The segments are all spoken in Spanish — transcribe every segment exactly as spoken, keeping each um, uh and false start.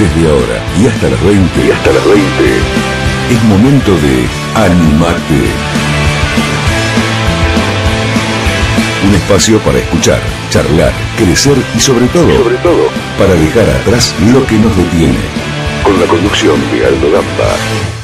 Desde ahora y hasta las veinte, y hasta las veinte, es momento de Animate. Un espacio para escuchar, charlar, crecer y sobre todo, sobre todo, para dejar atrás lo que nos detiene. Con la conducción de Aldo Gamba.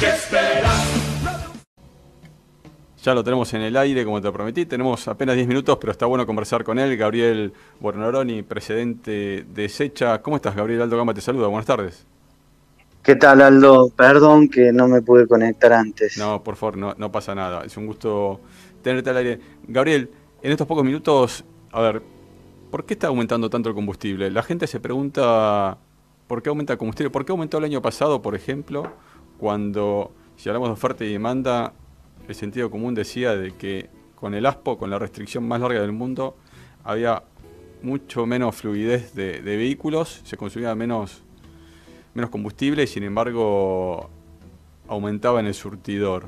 Ya lo tenemos en el aire, como te prometí. Tenemos apenas diez minutos, pero está bueno conversar con él. Gabriel Buonarroni, presidente de SECHA. ¿Cómo estás, Gabriel? Aldo Gamba te saluda. Buenas tardes. ¿Qué tal, Aldo? Perdón que no me pude conectar antes. No, por favor, no, no pasa nada. Es un gusto tenerte al aire. Gabriel, en estos pocos minutos, a ver, ¿por qué está aumentando tanto el combustible? La gente se pregunta, ¿por qué aumenta el combustible? ¿Por qué aumentó el año pasado, por ejemplo, cuando, si hablamos de oferta y demanda, el sentido común decía de que con el ASPO, con la restricción más larga del mundo, había mucho menos fluidez de, de vehículos, se consumía menos, menos combustible y sin embargo aumentaba en el surtidor?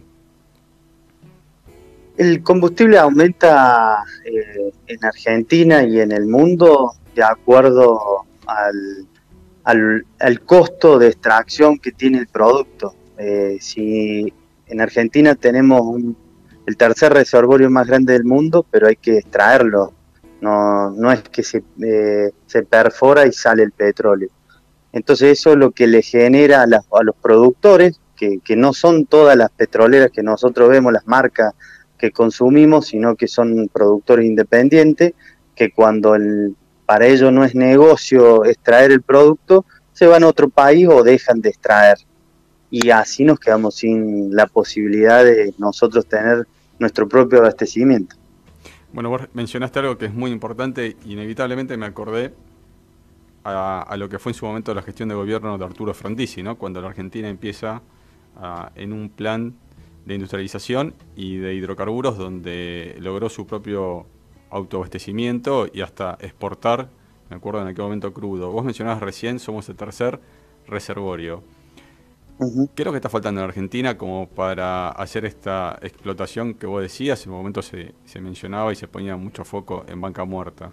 El combustible aumenta eh, en Argentina y en el mundo de acuerdo al, al, al costo de extracción que tiene el producto. Eh, si en Argentina tenemos un, el tercer reservorio más grande del mundo, pero hay que extraerlo. No, no es que se, eh, se perfora y sale el petróleo. Entonces eso es lo que le genera a, las, a los productores, que, que no son todas las petroleras que nosotros vemos, las marcas que consumimos, sino que son productores independientes, que cuando el, para ellos no es negocio extraer el producto, se van a otro país o dejan de extraer. Y así nos quedamos sin la posibilidad de nosotros tener nuestro propio abastecimiento. Bueno, vos mencionaste algo que es muy importante, inevitablemente me acordé a, a lo que fue en su momento la gestión de gobierno de Arturo Frondizi, ¿no? Cuando la Argentina empieza a, en un plan de industrialización y de hidrocarburos donde logró su propio autoabastecimiento y hasta exportar, me acuerdo en aquel momento, crudo. Vos mencionabas recién, somos el tercer reservorio. Uh-huh. ¿Qué es lo que está faltando en Argentina como para hacer esta explotación que vos decías? En un momento se, se mencionaba y se ponía mucho foco en Vaca Muerta.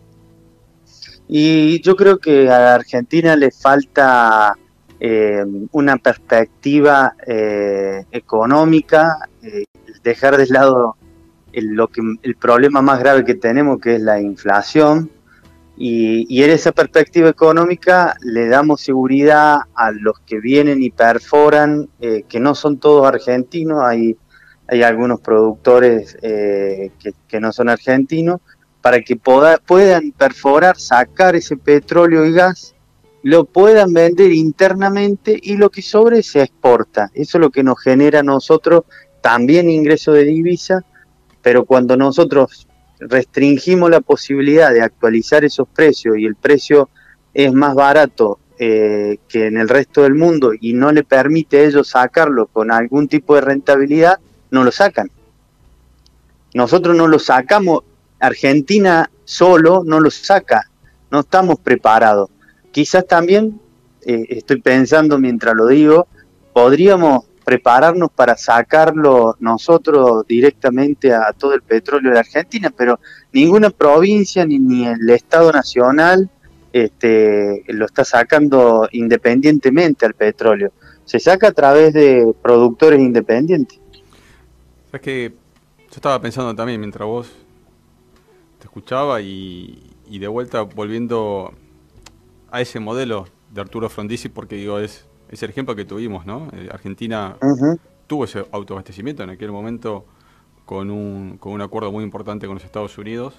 Y yo creo que a Argentina le falta eh, una perspectiva eh, económica, eh, dejar de lado el, lo que, el problema más grave que tenemos, que es la inflación. Y, y en esa perspectiva económica le damos seguridad a los que vienen y perforan, eh, que no son todos argentinos, hay, hay algunos productores eh, que, que no son argentinos, para que poda, puedan perforar, sacar ese petróleo y gas, lo puedan vender internamente y lo que sobre se exporta. Eso es lo que nos genera a nosotros también ingreso de divisa, pero cuando nosotros restringimos la posibilidad de actualizar esos precios y el precio es más barato eh, que en el resto del mundo y no le permite a ellos sacarlo con algún tipo de rentabilidad, no lo sacan. Nosotros no lo sacamos, Argentina solo no lo saca, no estamos preparados. Quizás también, eh, estoy pensando mientras lo digo, podríamos prepararnos para sacarlo nosotros directamente a todo el petróleo de Argentina, pero ninguna provincia ni, ni el Estado Nacional este, lo está sacando independientemente al petróleo. Se saca a través de productores independientes. Es que yo estaba pensando también mientras vos te escuchaba y, y de vuelta volviendo a ese modelo de Arturo Frondizi, porque digo, es Es el ejemplo que tuvimos, ¿no? Argentina uh-huh. tuvo ese autoabastecimiento en aquel momento con un, con un acuerdo muy importante con los Estados Unidos.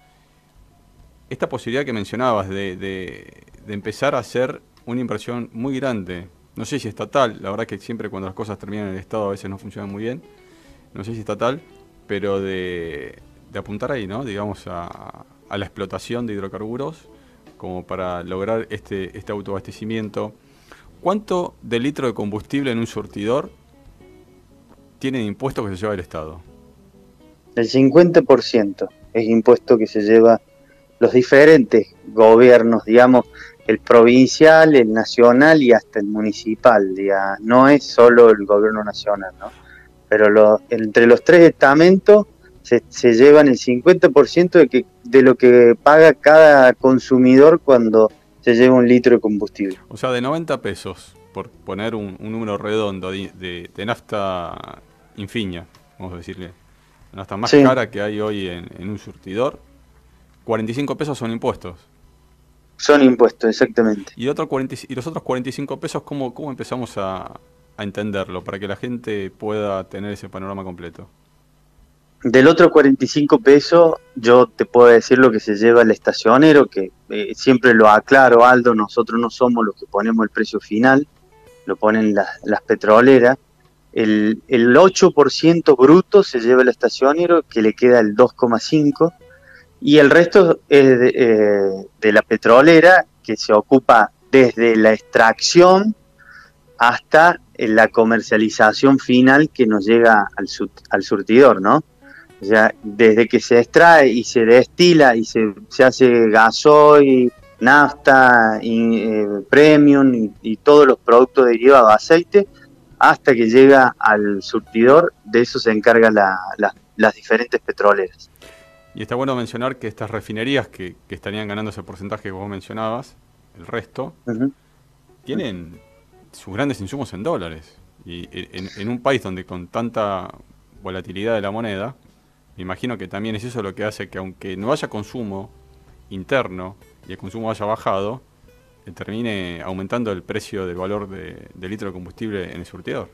Esta posibilidad que mencionabas de, de, de empezar a hacer una inversión muy grande, no sé si estatal, la verdad que siempre cuando las cosas terminan en el Estado a veces no funcionan muy bien, no sé si estatal, pero de, de apuntar ahí, ¿no? Digamos, a, a la explotación de hidrocarburos como para lograr este, este autoabastecimiento. ¿Cuánto de litro de combustible en un surtidor tiene de impuesto que se lleva el Estado? El cincuenta por ciento es impuesto que se lleva los diferentes gobiernos, digamos, el provincial, el nacional y hasta el municipal. Digamos. No es solo el gobierno nacional, ¿no? Pero lo, entre los tres estamentos se, se llevan el cincuenta por ciento de, que, de lo que paga cada consumidor cuando se lleva un litro de combustible. O sea, de noventa pesos, por poner un, un número redondo, de, de, de nafta Infinia, vamos a decirle, la nafta más sí. cara que hay hoy en, en un surtidor, cuarenta y cinco pesos son impuestos. Son impuestos, exactamente. Y, otro cuarenta, y los otros cuarenta y cinco pesos, ¿cómo, cómo empezamos a, a entenderlo? Para que la gente pueda tener ese panorama completo. Del otro cuarenta y cinco pesos, yo te puedo decir lo que se lleva el estacionero, que eh, siempre lo aclaro, Aldo, nosotros no somos los que ponemos el precio final, lo ponen las, las petroleras. El, el ocho por ciento bruto se lleva el estacionero, que le queda el dos coma cinco por ciento, y el resto es de, eh, de la petrolera, que se ocupa desde la extracción hasta la comercialización final que nos llega al, sur, al surtidor, ¿no? O sea, desde que se extrae y se destila y se, se hace gasoil, nafta, y, eh, premium y, y todos los productos derivados de aceite, hasta que llega al surtidor, de eso se encargan la, la, las diferentes petroleras. Y está bueno mencionar que estas refinerías que, que estarían ganando ese porcentaje que vos mencionabas, el resto, uh-huh. tienen sus grandes insumos en dólares. Y en, en un país donde con tanta volatilidad de la moneda, me imagino que también es eso lo que hace que aunque no haya consumo interno y el consumo haya bajado, termine aumentando el precio del valor de, de litro de combustible en el surtidor.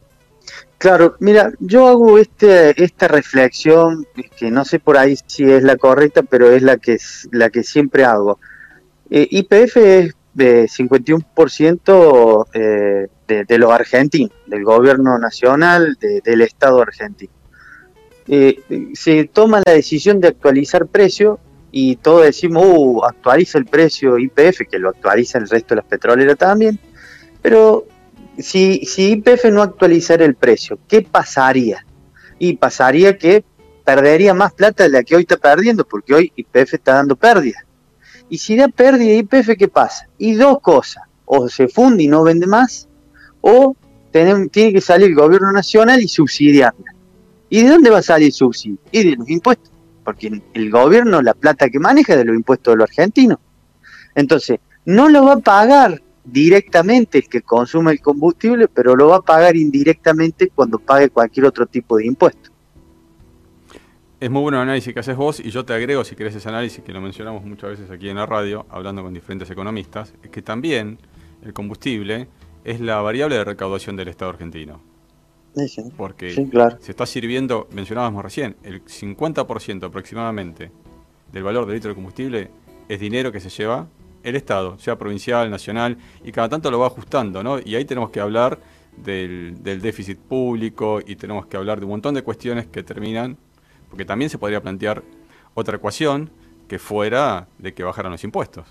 Claro, mira, yo hago este, esta reflexión, que no sé por ahí si es la correcta, pero es la que, la que siempre hago. Eh, Y P F es de cincuenta y uno por ciento eh, de, de los argentinos, del gobierno nacional, de, del Estado argentino. Eh, se toma la decisión de actualizar precio y todos decimos, uh, actualiza el precio Y P F, que lo actualiza el resto de las petroleras también, pero si, si Y P F no actualizara el precio, ¿qué pasaría? Y pasaría que perdería más plata de la que hoy está perdiendo, porque hoy Y P F está dando pérdida. Y si da pérdida Y P F, ¿qué pasa? Y dos cosas, o se funde y no vende más, o tiene, tiene que salir el gobierno nacional y subsidiarla. ¿Y de dónde va a salir el subsidio? Y de los impuestos, porque el gobierno, la plata que maneja es de los impuestos de los argentinos. Entonces, no lo va a pagar directamente el que consume el combustible, pero lo va a pagar indirectamente cuando pague cualquier otro tipo de impuesto. Es muy bueno el análisis que haces vos, y yo te agrego, si querés, ese análisis que lo mencionamos muchas veces aquí en la radio, hablando con diferentes economistas, es que también el combustible es la variable de recaudación del Estado argentino. Sí, sí. Porque sí, claro. se está sirviendo, mencionábamos recién, el cincuenta por ciento aproximadamente del valor del litro de combustible es dinero que se lleva el Estado, sea provincial, nacional, y cada tanto lo va ajustando, ¿no? Y ahí tenemos que hablar del, del déficit público y tenemos que hablar de un montón de cuestiones que terminan, porque también se podría plantear otra ecuación que fuera de que bajaran los impuestos.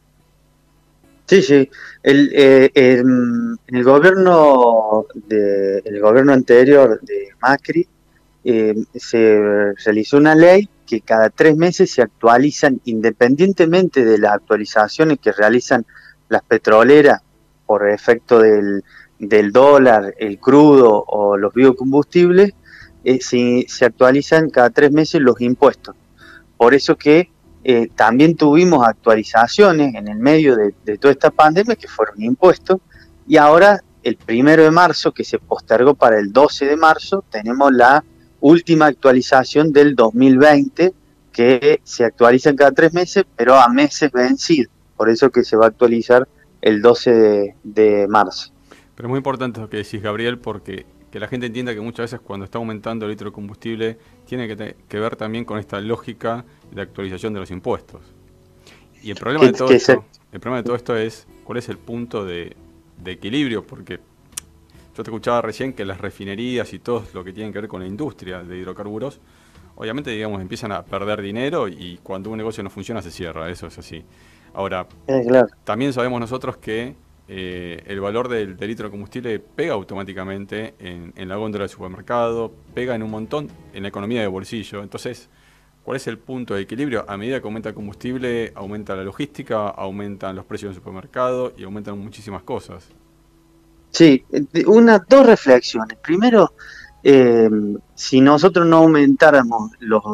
Sí, sí. El, eh, el, en el gobierno de, el gobierno anterior de Macri eh, se realizó una ley que cada tres meses se actualizan, independientemente de las actualizaciones que realizan las petroleras por efecto del, del dólar, el crudo o los biocombustibles, eh, se, se actualizan cada tres meses los impuestos. Por eso que Eh, también tuvimos actualizaciones en el medio de, de toda esta pandemia que fueron impuestos, y ahora el primero de marzo, que se postergó para el doce de marzo, tenemos la última actualización del dos mil veinte, que se actualizan cada tres meses, pero a meses vencidos, por eso que se va a actualizar el doce de, de marzo. Pero es muy importante lo que decís, Gabriel, porque que la gente entienda que muchas veces cuando está aumentando el litro de combustible tiene que, te, que ver también con esta lógica de actualización de los impuestos. Y el problema, de todo, esto, el problema de todo esto es cuál es el punto de, de equilibrio, porque yo te escuchaba recién que las refinerías y todo lo que tiene que ver con la industria de hidrocarburos, obviamente, digamos, empiezan a perder dinero y cuando un negocio no funciona se cierra, eso es así. Ahora, eh, claro. También sabemos nosotros que Eh, el valor del, del litro de combustible pega automáticamente en, en la góndola del supermercado, pega en un montón en la economía de bolsillo. Entonces, ¿cuál es el punto de equilibrio? A medida que aumenta el combustible, aumenta la logística, aumentan los precios del supermercado y aumentan muchísimas cosas. Sí, unas dos reflexiones. Primero, eh, si nosotros no aumentáramos los, los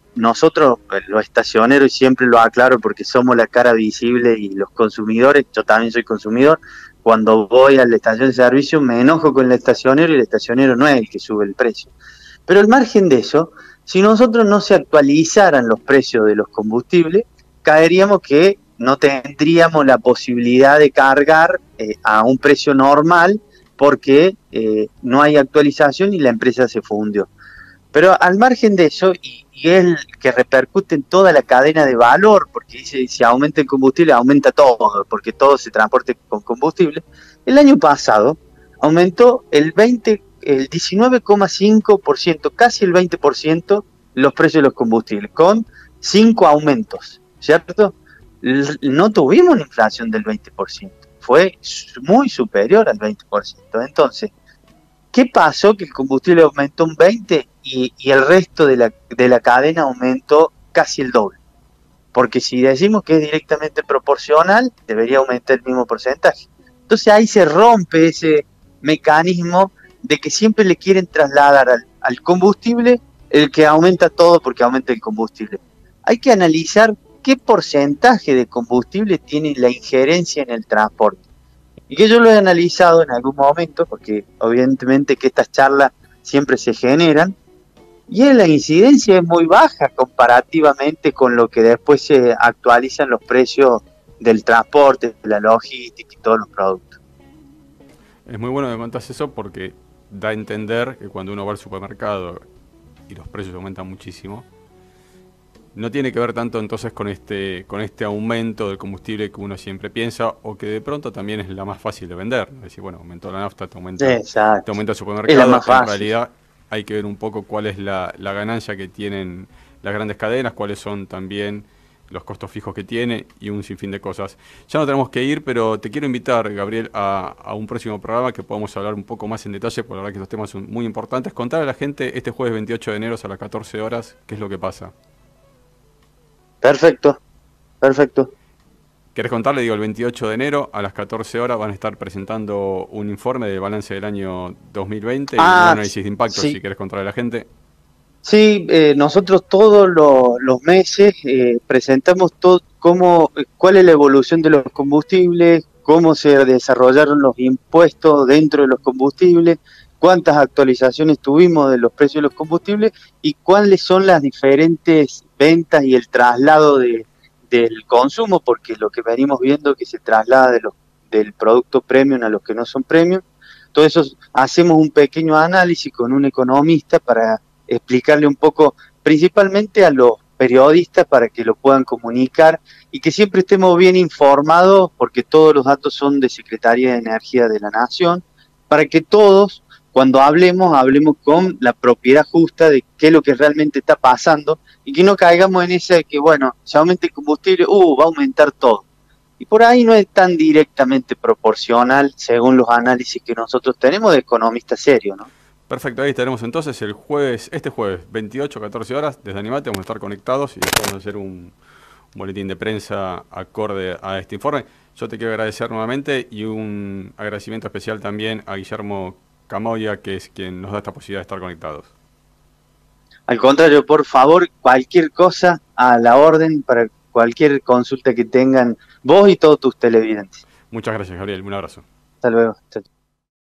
nosotros, los estacioneros, y siempre lo aclaro porque somos la cara visible y los consumidores, yo también soy consumidor, cuando voy a la estación de servicio me enojo con el estacionero y el estacionero no es el que sube el precio. Pero al margen de eso, si nosotros no se actualizaran los precios de los combustibles, caeríamos que no tendríamos la posibilidad de cargar eh, a un precio normal porque eh, no hay actualización y la empresa se fundió. Pero al margen de eso, y, y es el que repercute en toda la cadena de valor, porque dice, si aumenta el combustible, aumenta todo, porque todo se transporta con combustible, el año pasado aumentó el veinte, el diecinueve coma cinco por ciento, casi el veinte por ciento los precios de los combustibles, con cinco aumentos, ¿cierto? No tuvimos una inflación del veinte por ciento, fue muy superior al veinte por ciento. Entonces, ¿qué pasó? Que el combustible aumentó un veinte por ciento y, y el resto de la, de la cadena aumentó casi el doble. Porque si decimos que es directamente proporcional, debería aumentar el mismo porcentaje. Entonces ahí se rompe ese mecanismo de que siempre le quieren trasladar al, al combustible el que aumenta todo porque aumenta el combustible. Hay que analizar qué porcentaje de combustible tiene la injerencia en el transporte. Y que yo lo he analizado en algún momento, porque evidentemente que estas charlas siempre se generan, y la incidencia es muy baja comparativamente con lo que después se actualizan los precios del transporte, de la logística y todos los productos. Es muy bueno que contás eso porque da a entender que cuando uno va al supermercado y los precios aumentan muchísimo, no tiene que ver tanto entonces con este con este aumento del combustible que uno siempre piensa, o que de pronto también es la más fácil de vender. Es decir, bueno, aumentó la nafta, te aumenta, te aumenta el supermercado. Es la más fácil. En realidad hay que ver un poco cuál es la, la ganancia que tienen las grandes cadenas, cuáles son también los costos fijos que tiene y un sinfín de cosas. Ya no tenemos que ir, pero te quiero invitar, Gabriel, a, a un próximo programa que podamos hablar un poco más en detalle, porque la verdad que estos temas son muy importantes. Contar a la gente este jueves veintiocho de enero a las catorce horas qué es lo que pasa. Perfecto, perfecto. ¿Querés contarle? Digo, el veintiocho de enero a las catorce horas van a estar presentando un informe del balance del año dos mil veinte ah, y un análisis de impacto, sí. Si querés contarle a la gente. Sí, eh, nosotros todos los, los meses eh, presentamos todo, cómo, cuál es la evolución de los combustibles, cómo se desarrollaron los impuestos dentro de los combustibles, cuántas actualizaciones tuvimos de los precios de los combustibles y cuáles son las diferentes ventas y el traslado de, del consumo, porque lo que venimos viendo que se traslada de los, del producto premium a los que no son premium. Todo eso hacemos un pequeño análisis con un economista para explicarle un poco, principalmente a los periodistas, para que lo puedan comunicar y que siempre estemos bien informados, porque todos los datos son de Secretaría de Energía de la Nación, para que todos, cuando hablemos, hablemos con la propiedad justa de qué es lo que realmente está pasando y que no caigamos en ese que, bueno, se aumenta el combustible, uh, va a aumentar todo. Y por ahí no es tan directamente proporcional, según los análisis que nosotros tenemos de economistas serios, ¿no? Perfecto, ahí estaremos entonces el jueves, este jueves, veintiocho, catorce horas, desde Animate, vamos a estar conectados y después vamos a hacer un, un boletín de prensa acorde a este informe. Yo te quiero agradecer nuevamente y un agradecimiento especial también a Guillermo Camoya, que es quien nos da esta posibilidad de estar conectados. Al contrario, por favor, cualquier cosa a la orden para cualquier consulta que tengan vos y todos tus televidentes. Muchas gracias, Gabriel. Un abrazo. Hasta luego. Chao.